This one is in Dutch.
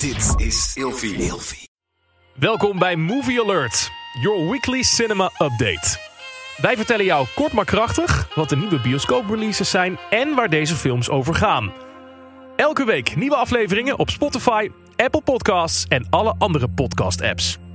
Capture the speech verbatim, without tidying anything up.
Dit is Ilfie. Ilfie. Welkom bij Movie Alert, your weekly cinema update. Wij vertellen jou kort maar krachtig wat de nieuwe bioscoopreleases zijn en waar deze films over gaan. Elke week nieuwe afleveringen op Spotify, Apple Podcasts en alle andere podcast-apps.